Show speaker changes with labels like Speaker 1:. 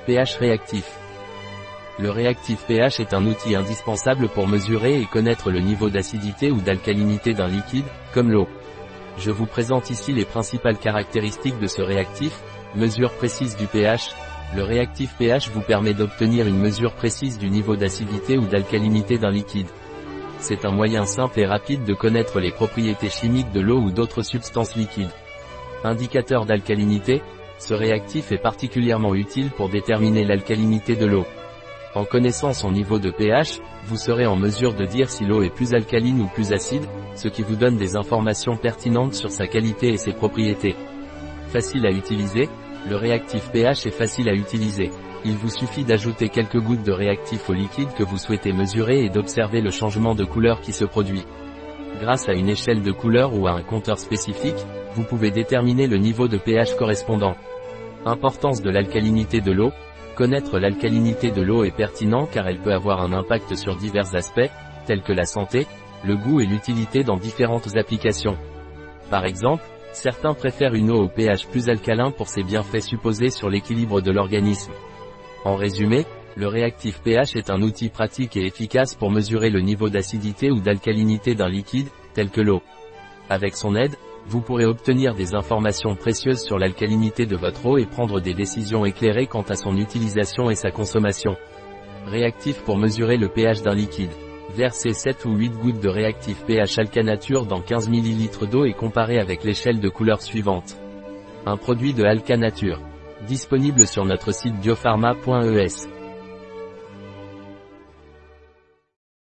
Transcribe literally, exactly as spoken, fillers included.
Speaker 1: pH réactif. Le réactif pH est un outil indispensable pour mesurer et connaître le niveau d'acidité ou d'alcalinité d'un liquide, comme l'eau. Je vous présente ici les principales caractéristiques de ce réactif. Mesure précise du pH. Le réactif pH vous permet d'obtenir une mesure précise du niveau d'acidité ou d'alcalinité d'un liquide. C'est un moyen simple et rapide de connaître les propriétés chimiques de l'eau ou d'autres substances liquides. Indicateur d'alcalinité. Ce réactif est particulièrement utile pour déterminer l'alcalinité de l'eau. En connaissant son niveau de pH, vous serez en mesure de dire si l'eau est plus alcaline ou plus acide, ce qui vous donne des informations pertinentes sur sa qualité et ses propriétés. Facile à utiliser. Le réactif pH est facile à utiliser. Il vous suffit d'ajouter quelques gouttes de réactif au liquide que vous souhaitez mesurer et d'observer le changement de couleur qui se produit. Grâce à une échelle de couleur ou à un compteur spécifique, vous pouvez déterminer le niveau de pH correspondant. Importance de l'alcalinité de l'eau. Connaître l'alcalinité de l'eau est pertinent car elle peut avoir un impact sur divers aspects, tels que la santé, le goût et l'utilité dans différentes applications. Par exemple, certains préfèrent une eau au pH plus alcalin pour ses bienfaits supposés sur l'équilibre de l'organisme. En résumé, le réactif pH est un outil pratique et efficace pour mesurer le niveau d'acidité ou d'alcalinité d'un liquide, tel que l'eau. Avec son aide, vous pourrez obtenir des informations précieuses sur l'alcalinité de votre eau et prendre des décisions éclairées quant à son utilisation et sa consommation. Réactif pour mesurer le pH d'un liquide. Versez sept ou huit gouttes de réactif pH Alkanature dans quinze millilitres d'eau et comparez avec l'échelle de couleur suivante. Un produit de Alkanature. Disponible sur notre site biopharma point e s.